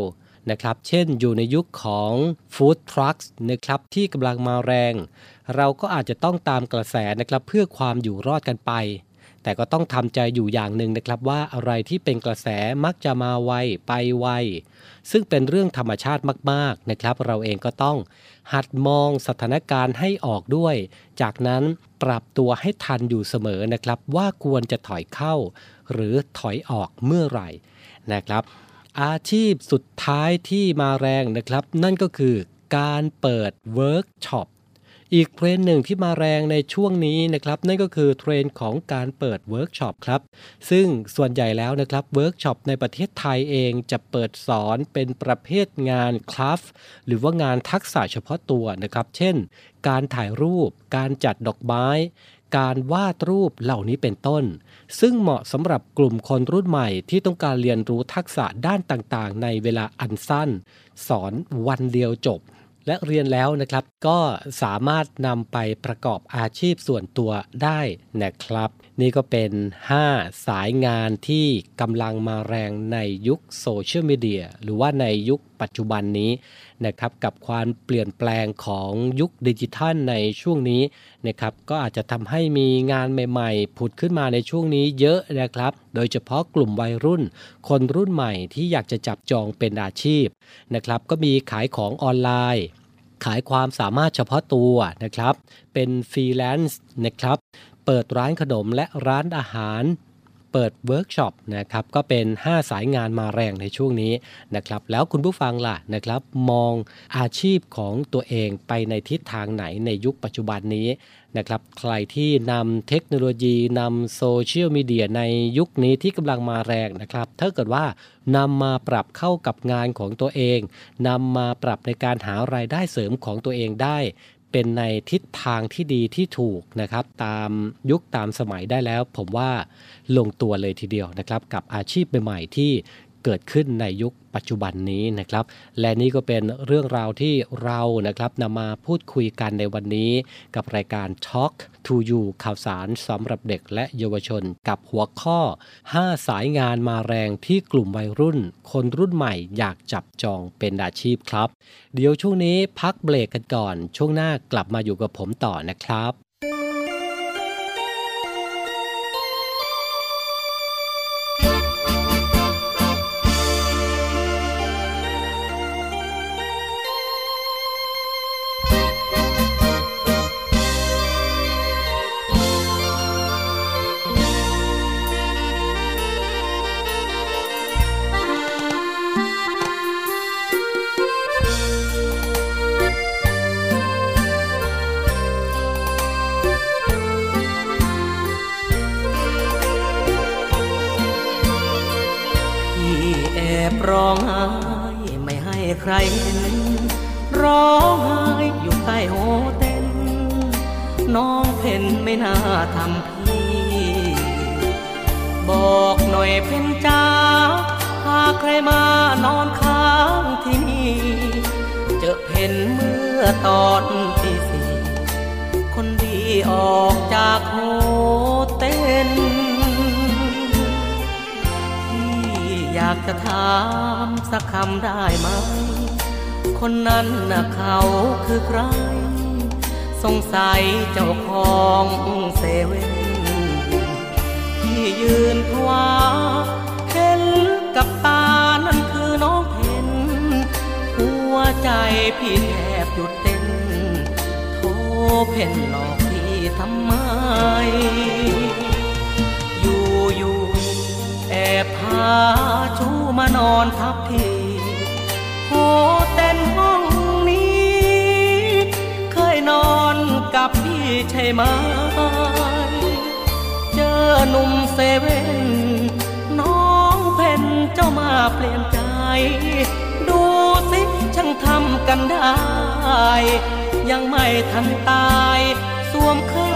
นะครับเช่นอยู่ในยุคของฟู้ดทรัคนะครับที่กำลังมาแรงเราก็อาจจะต้องตามกระแสนะครับเพื่อความอยู่รอดกันไปแต่ก็ต้องทำใจอยู่อย่างหนึ่งนะครับว่าอะไรที่เป็นกระแสมักจะมาไวไปไวซึ่งเป็นเรื่องธรรมชาติมากๆนะครับเราเองก็ต้องหัดมองสถานการณ์ให้ออกด้วยจากนั้นปรับตัวให้ทันอยู่เสมอนะครับว่าควรจะถอยเข้าหรือถอยออกเมื่อไหร่นะครับอาชีพสุดท้ายที่มาแรงนะครับนั่นก็คือการเปิดเวิร์กช็อปอีกเทรนด์หนึ่งที่มาแรงในช่วงนี้นะครับนั่นก็คือเทรนด์ของการเปิดเวิร์กช็อปครับซึ่งส่วนใหญ่แล้วนะครับเวิร์กช็อปในประเทศไทยเองจะเปิดสอนเป็นประเภทงานคราฟต์หรือว่างานทักษะเฉพาะตัวนะครับเช่นการถ่ายรูปการจัดดอกไม้การวาดรูปเหล่านี้เป็นต้นซึ่งเหมาะสำหรับกลุ่มคนรุ่นใหม่ที่ต้องการเรียนรู้ทักษะด้านต่างๆในเวลาอันสั้นสอนวันเดียวจบและเรียนแล้วนะครับก็สามารถนำไปประกอบอาชีพส่วนตัวได้นะครับนี่ก็เป็นห้าสายงานที่กำลังมาแรงในยุคโซเชียลมีเดียหรือว่าในยุคปัจจุบันนี้นะครับกับความเปลี่ยนแปลงของยุคดิจิทัลในช่วงนี้นะครับก็อาจจะทำให้มีงานใหม่ๆผุดขึ้นมาในช่วงนี้เยอะนะครับโดยเฉพาะกลุ่มวัยรุ่นคนรุ่นใหม่ที่อยากจะจับจองเป็นอาชีพนะครับก็มีขายของออนไลน์ขายความสามารถเฉพาะตัวนะครับเป็นฟรีแลนซ์นะครับเปิดร้านขนมและร้านอาหารเปิดเวิร์กช็อปนะครับก็เป็นห้าสายงานมาแรงในช่วงนี้นะครับแล้วคุณผู้ฟังล่ะนะครับมองอาชีพของตัวเองไปในทิศทางไหนในยุคปัจจุบันนี้นะครับใครที่นำเทคโนโลยีนำโซเชียลมีเดียในยุคนี้ที่กำลังมาแรงนะครับถ้าเกิดว่านำมาปรับเข้ากับงานของตัวเองนำมาปรับในการหารายได้เสริมของตัวเองได้เป็นในทิศทางที่ดีที่ถูกนะครับตามยุคตามสมัยได้แล้วผมว่าลงตัวเลยทีเดียวนะครับกับอาชีพใหม่ๆที่เกิดขึ้นในยุคปัจจุบันนี้นะครับและนี่ก็เป็นเรื่องราวที่เรานะครับนำมาพูดคุยกันในวันนี้กับรายการ Talk to You ข่าวสารสำหรับเด็กและเยาวชนกับหัวข้อห้าสายงานมาแรงที่กลุ่มวัยรุ่นคนรุ่นใหม่อยากจับจองเป็นอาชีพครับเดี๋ยวช่วงนี้พักเบรกกันก่อนช่วงหน้ากลับมาอยู่กับผมต่อนะครับร้องไห้ไม่ให้ใครเห็นร้องไห้อยู่ใต้โฮเต็นน้องเพ็ญไม่น่าทำพี่บอกหน่อยเพ็ญจ้าหากใครมานอนค้างที่นี่เจอเพ็ญเมื่อตอนตีสี่คนดีออกจากโฮเต็นอยากจะถามสักคำได้ไหมคนนั้นน่ะเขาคือใครสงสัยเจ้าของเซเว่นที่ยืนผวาเห็นกับตานั่นคือน้องเพ็ญหัวใจพี่แทบหยุดเต้นโทรเพ็ญหลอกพี่ทำไมอยู่ๆแอบพาชูมานอนทับทีโหเต้นห้องนี้เคยนอนกับพี่ใช่ไหมเจอหนุ่มเซเว่นน้องเพ็ญเจ้ามาเปลี่ยนใจดูสิช่างทำกันได้ยังไม่ทันตายสวมเขา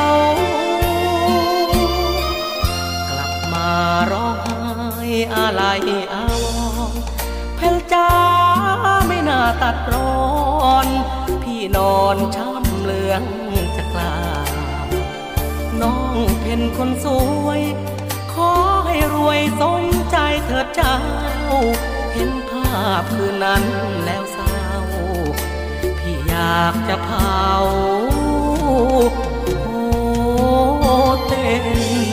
กลับมาร้องไห้อะไรอาวรณ์เพ็ญจ้าไม่น่าตัดร้อนพี่นอนช้ำเหลืองจะกล้าน้องเพ็ญคนสวยขอให้รวยสมใจเถิดเจ้าเห็นภาพคืนนั้นแล้วเศร้าพี่อยากจะเผาโอ้เต้น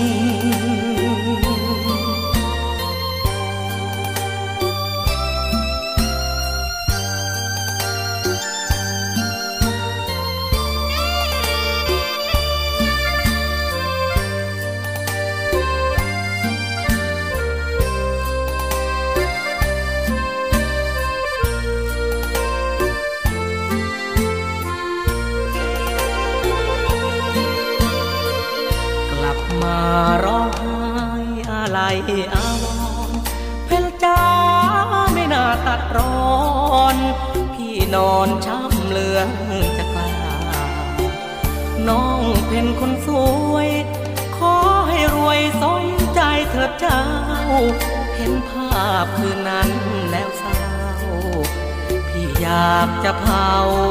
ร้องไห้อะไรอาวรณ์เพลจ้าไม่น่าตัดร้อนพี่นอนช้ำเหลืองจะกล้าน้องเป็นคนสวยขอให้รวยสมใจเถิดเจ้าเห็นภาพคืนนั้นแล้วเศร้าพี่อยากจะเผา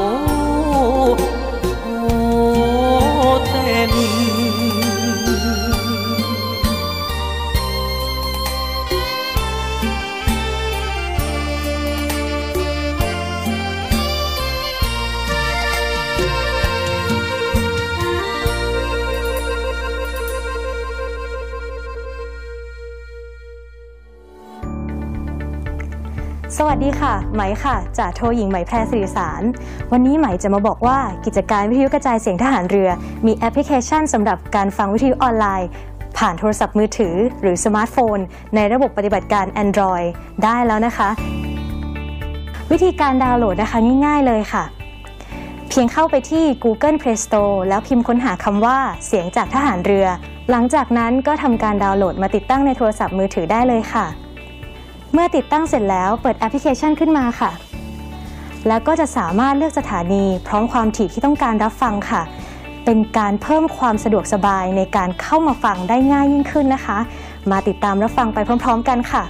โอ้เต้นสวัสดีค่ะไหมค่ะจากโทหญิงไหมแพรสิริสารวันนี้ไหมจะมาบอกว่ากิจการวิทยุกระจายเสียงทหารเรือมีแอปพลิเคชันสำหรับการฟังวิทยุออนไลน์ผ่านโทรศัพท์มือถือหรือสมาร์ทโฟนในระบบปฏิบัติการ Android ได้แล้วนะคะวิธีการดาวน์โหลดนะคะง่ายๆเลยค่ะเพียงเข้าไปที่ Google Play Store แล้วพิมพ์ค้นหาคำว่าเสียงจากทหารเรือหลังจากนั้นก็ทำการดาวน์โหลดมาติดตั้งในโทรศัพท์มือถือได้เลยค่ะเมื่อติดตั้งเสร็จแล้วเปิดแอปพลิเคชันขึ้นมาค่ะแล้วก็จะสามารถเลือกสถานีพร้อมความถี่ที่ต้องการรับฟังค่ะเป็นการเพิ่มความสะดวกสบายในการเข้ามาฟังได้ง่ายยิ่งขึ้นนะคะมาติดตามรับฟังไปพร้อมๆกันค่ะ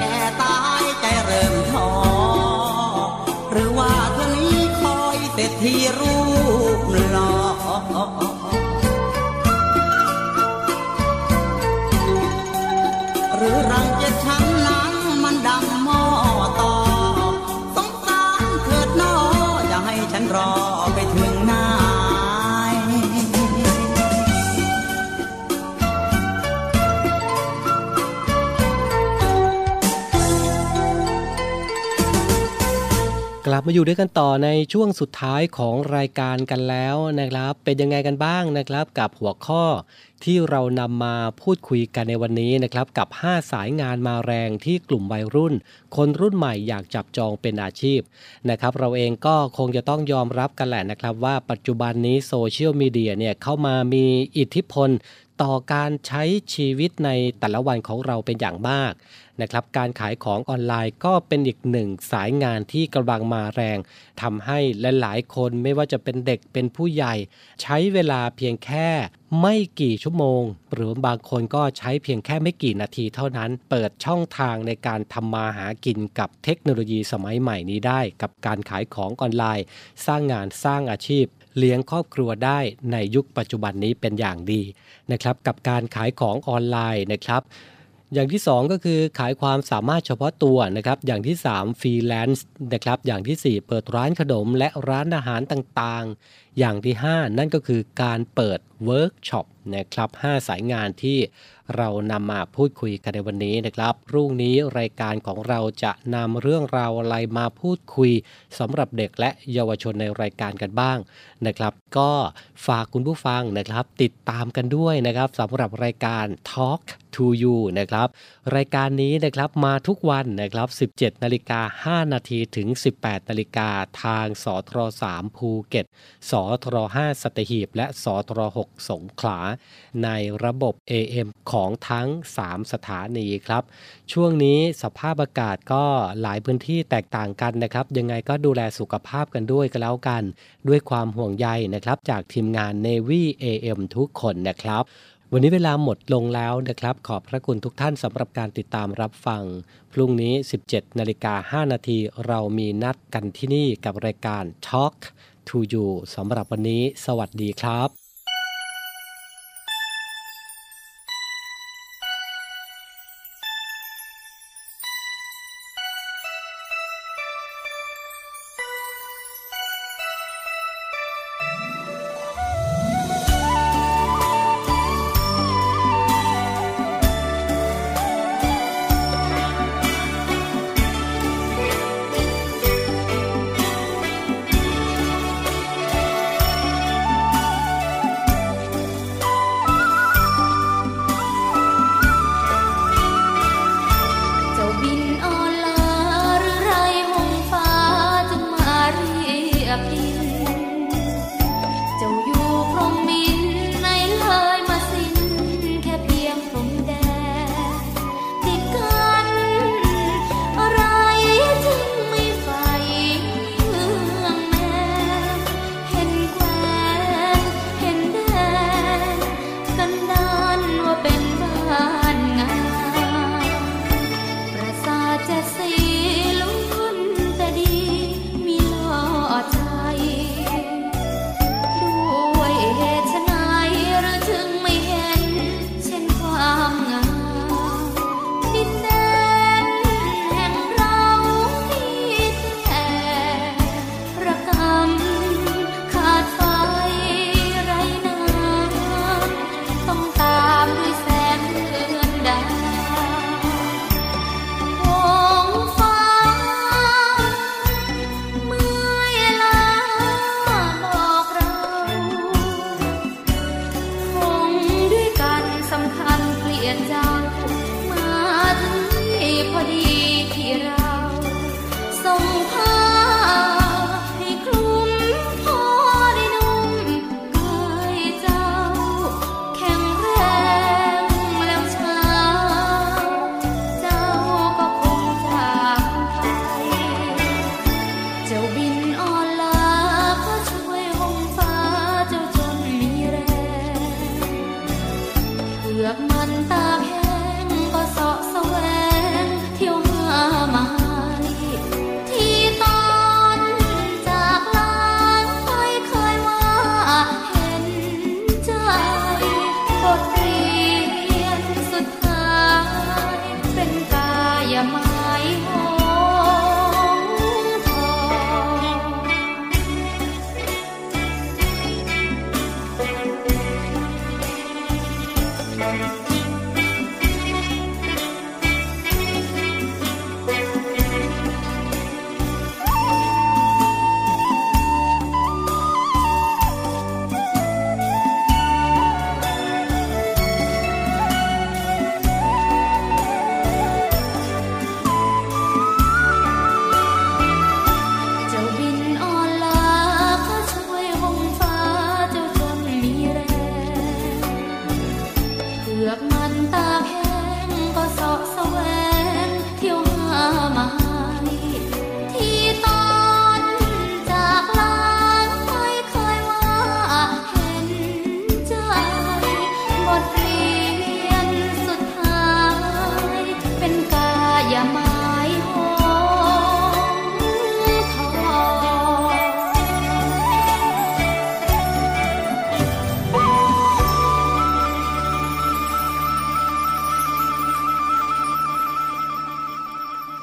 ตายใจเริ่มท้อหรือว่าเธอนี้คอยเศรษฐีรูปหล่อหรือรังเกียจฉันนั้นมันดำหม้อต่อสงสารเถิดน้ออย่าให้ฉันรอไปถึงไหนกลับมาอยู่ด้วยกันต่อในช่วงสุดท้ายของรายการกันแล้วนะครับเป็นยังไงกันบ้างนะครับกับหัวข้อที่เรานำมาพูดคุยกันในวันนี้นะครับกับห้าสายงานมาแรงที่กลุ่มวัยรุ่นคนรุ่นใหม่อยากจับจองเป็นอาชีพนะครับเราเองก็คงจะต้องยอมรับกันแหละนะครับว่าปัจจุบันนี้โซเชียลมีเดียเนี่ยเข้ามามีอิทธิพลต่อการใช้ชีวิตในแต่ละวันของเราเป็นอย่างมากนะครับการขายของออนไลน์ก็เป็นอีกหนึ่งสายงานที่กำลังมาแรงทำให้หลายๆคนไม่ว่าจะเป็นเด็กเป็นผู้ใหญ่ใช้เวลาเพียงแค่ไม่กี่ชั่วโมงหรือบางคนก็ใช้เพียงแค่ไม่กี่นาทีเท่านั้นเปิดช่องทางในการทำมาหากินกับเทคโนโลยีสมัยใหม่นี้ได้กับการขายของออนไลน์สร้างงานสร้างอาชีพเลี้ยงครอบครัวได้ในยุคปัจจุบันนี้เป็นอย่างดีนะครับกับการขายของออนไลน์นะครับอย่างที่สองก็คือขายความสามารถเฉพาะตัวนะครับอย่างที่สามฟรีแลนซ์นะครับอย่างที่สี่เปิดร้านขนมและร้านอาหารต่างๆอย่างที่ห้านั่นก็คือการเปิดเวิร์กช็อปนะครับห้าสายงานที่เรานำมาพูดคุยกันในวันนี้นะครับพรุ่งนี้รายการของเราจะนำเรื่องราวอะไรมาพูดคุยสำหรับเด็กและเยาวชนในรายการกันบ้างนะครับก็ฝากคุณผู้ฟังนะครับติดตามกันด้วยนะครับสำหรับรายการ Talk to You นะครับรายการนี้นะครับมาทุกวันนะครับสิบเจ็ดนาฬิกาห้านาทีถึงสิบแปดนาฬิกาทางสทรสามภูเก็ตสทรห้าสัตหีบและสทรหกสงขลาในระบบ เอ เอ็ม ของทั้งสามสถานีครับช่วงนี้สภาพอากาศก็หลายพื้นที่แตกต่างกันนะครับยังไงก็ดูแลสุขภาพกันด้วยกันแล้วกันด้วยความห่วงใยนะครับจากทีมงาน Navy เอ เอ็ม ทุกคนนะครับวันนี้เวลาหมดลงแล้วนะครับขอบพระคุณทุกท่านสำหรับการติดตามรับฟังพรุ่งนี้ สิบเจ็ดนาฬิกาห้านาทีเรามีนัดกันที่นี่กับรายการ Talk to You สำหรับวันนี้สวัสดีครับ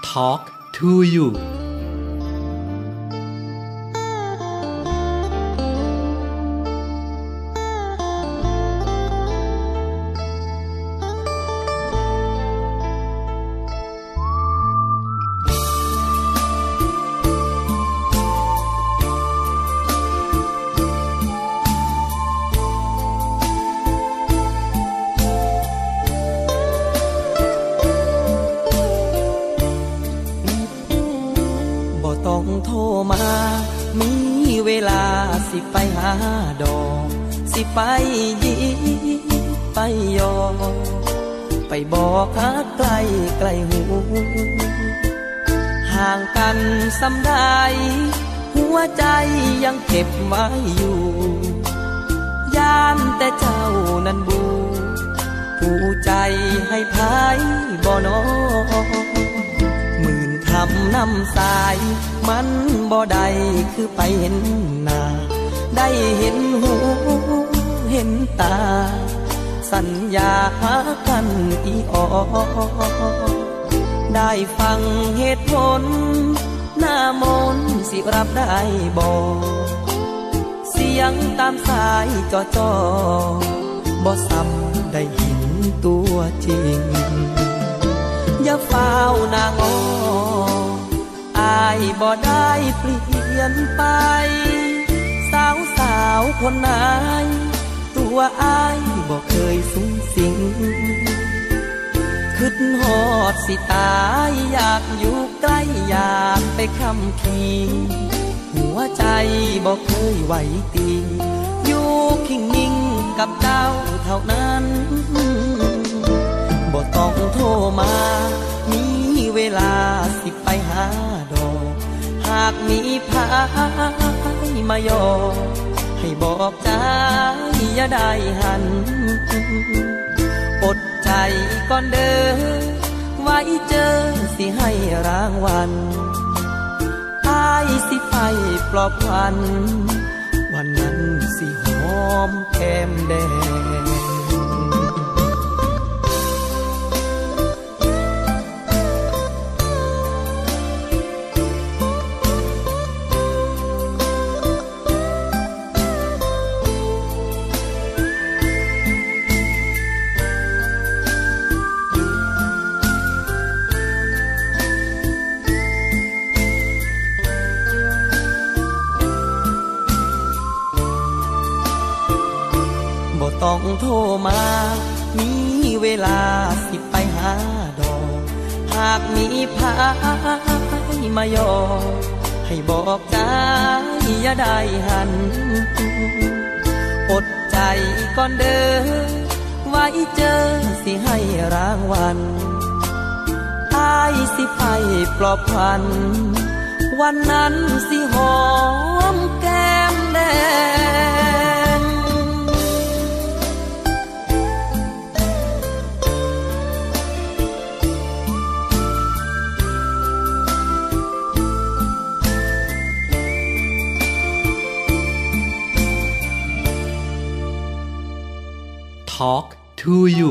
Talk to You สิไปหาดอกสิไปยิไปยอไปบอกหาไกลไกลหูห่างกันสำได้หัวใจยังเก็บไว้อยู่ย่านแต่เจ้านั้นบูผู้ใจให้พายบ่นอหมื่นคำน้ำสายมันบ่ได้คือไปเห็นหน้าได้เห็นหูเห็นตาสัญญาหากันอีออได้ฟังเหตุผลหน้ามนสิรับได้บ่เสียงตามสายจอจอบ่ซ้ำได้เห็นตัวจริงอย่าเฝ้านางออายบ่ได้เปลี่ยนไปสาวสาวคนไหนตัวอายบ่เคยสูงสิงคิดฮอดสิตายอยากอยู่ใกล้อยากไปคำคีหัวใจบ่เคยไหวตีอยู่คิงนิ่งกับเจ้าเท่านั้นบ่ต้องโทรมามีเวลาสิไปหาดอกหากมีพายมายอให้บอกใจอย่าได้หันอดใจก่อนเด้อไว้เจอสิให้รางวัลอายสิไปปลอบขวัญวันนั้นสิหอมแก้มแดงต้องโทรมามีเวลาสิไปหาดอกหากมีพายมายอให้บอกใจอย่าได้หันอดใจก่อนเด้อไว้เจอสิให้รางวัลอายสิไปปลอบขวัญวันนั้นสิหอมแก้มแดง Talk to You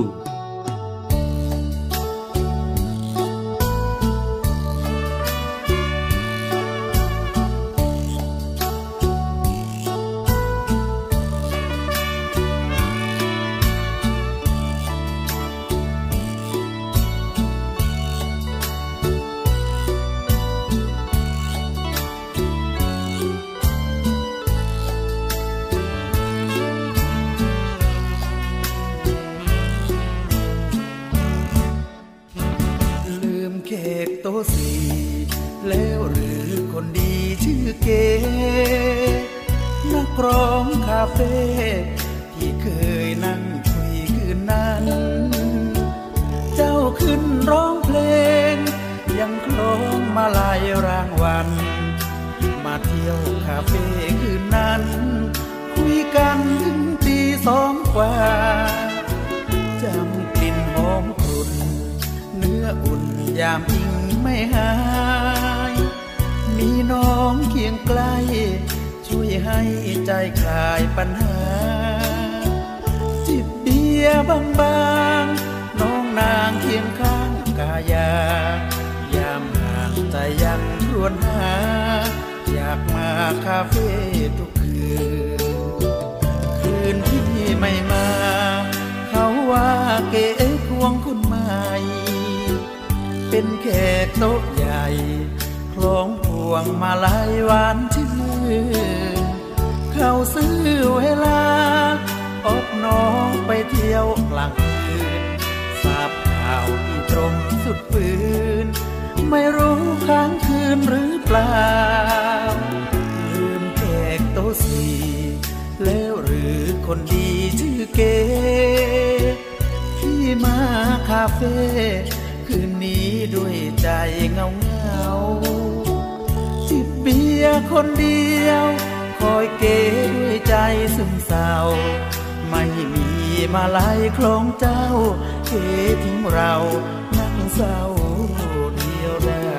แล้วหรือคนดีชื่อเก๋นักร้องคาเฟ่ที่เคยนั่งคุยคืนนั้นเจ้าขึ้นร้องเพลงยังคล้องมาลายรางวัลมาเที่ยวคาเฟ่คืนนั้นคุยกันถึงตีสองกว่าจำกลิ่นหอมกรุ่นเนื้ออุ่นยามอิงไม่หายมีน้องเคียงใกล้ช่วยให้ใจคลายปัญหาจิบเบียร์บางๆน้องนางเคียงข้างกายายามหาวนหาอยากมาคาเฟ่ทุกคืนคืนที่ไม่มาเขาว่าเก๋ควงคุณใหม่เป็นแขกโต๊ะใหญ่คล้องพวงมาลัยหวานชื่นเขาซื้อเวลาอบน้องไปเที่ยวกลางคืนทราบข่าวที่ตรงสุดปืนไม่รู้ค้างคืนหรือเปล่าลืมแขกโต๊ะสี่แล้วหรือคนดีชื่อเก๋ที่มาคาเฟ่คืนนี้ด้วยใจเงาเงาจิบเบียร์คนเดียวคอยเก๋ด้วยใจซึมเศร้าไม่มีมาลัยคล้องเจ้าเก๋ทิ้งเรานั่งเศร้าเดียวดาย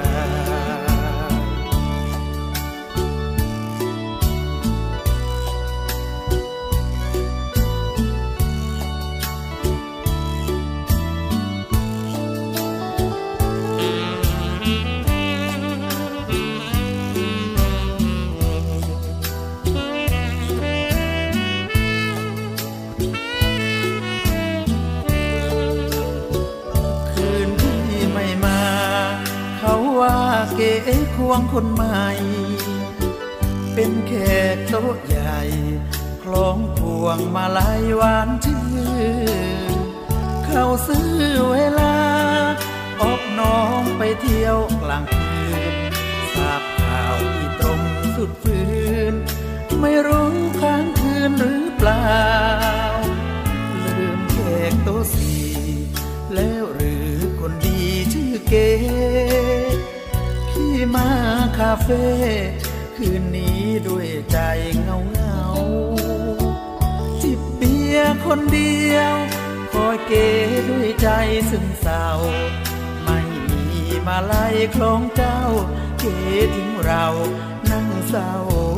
เก๋ควงคนใหม่เป็นแขกโต๊ะใหญ่คล้องพวงมาลัยหวานชื่นเขาซื้อเวลาออกน้องไปเที่ยวกลางคืนทราบข่าวที่ตรงสุดฝืนไม่รู้ค้างคืนหรือเปล่าลืมแขกโต๊ะสี่แล้วหรือคนดีชื่อเก๋ที่มาคาเฟ่คืนนี้ด้วยใจเงาเงาจิบเบียร์คนเดียวคอยเก๋ด้วยใจซึมเศร้าไม่มีมาลัยคล้องเจ้าเก๋ทิ้งเรานั่งเศร้า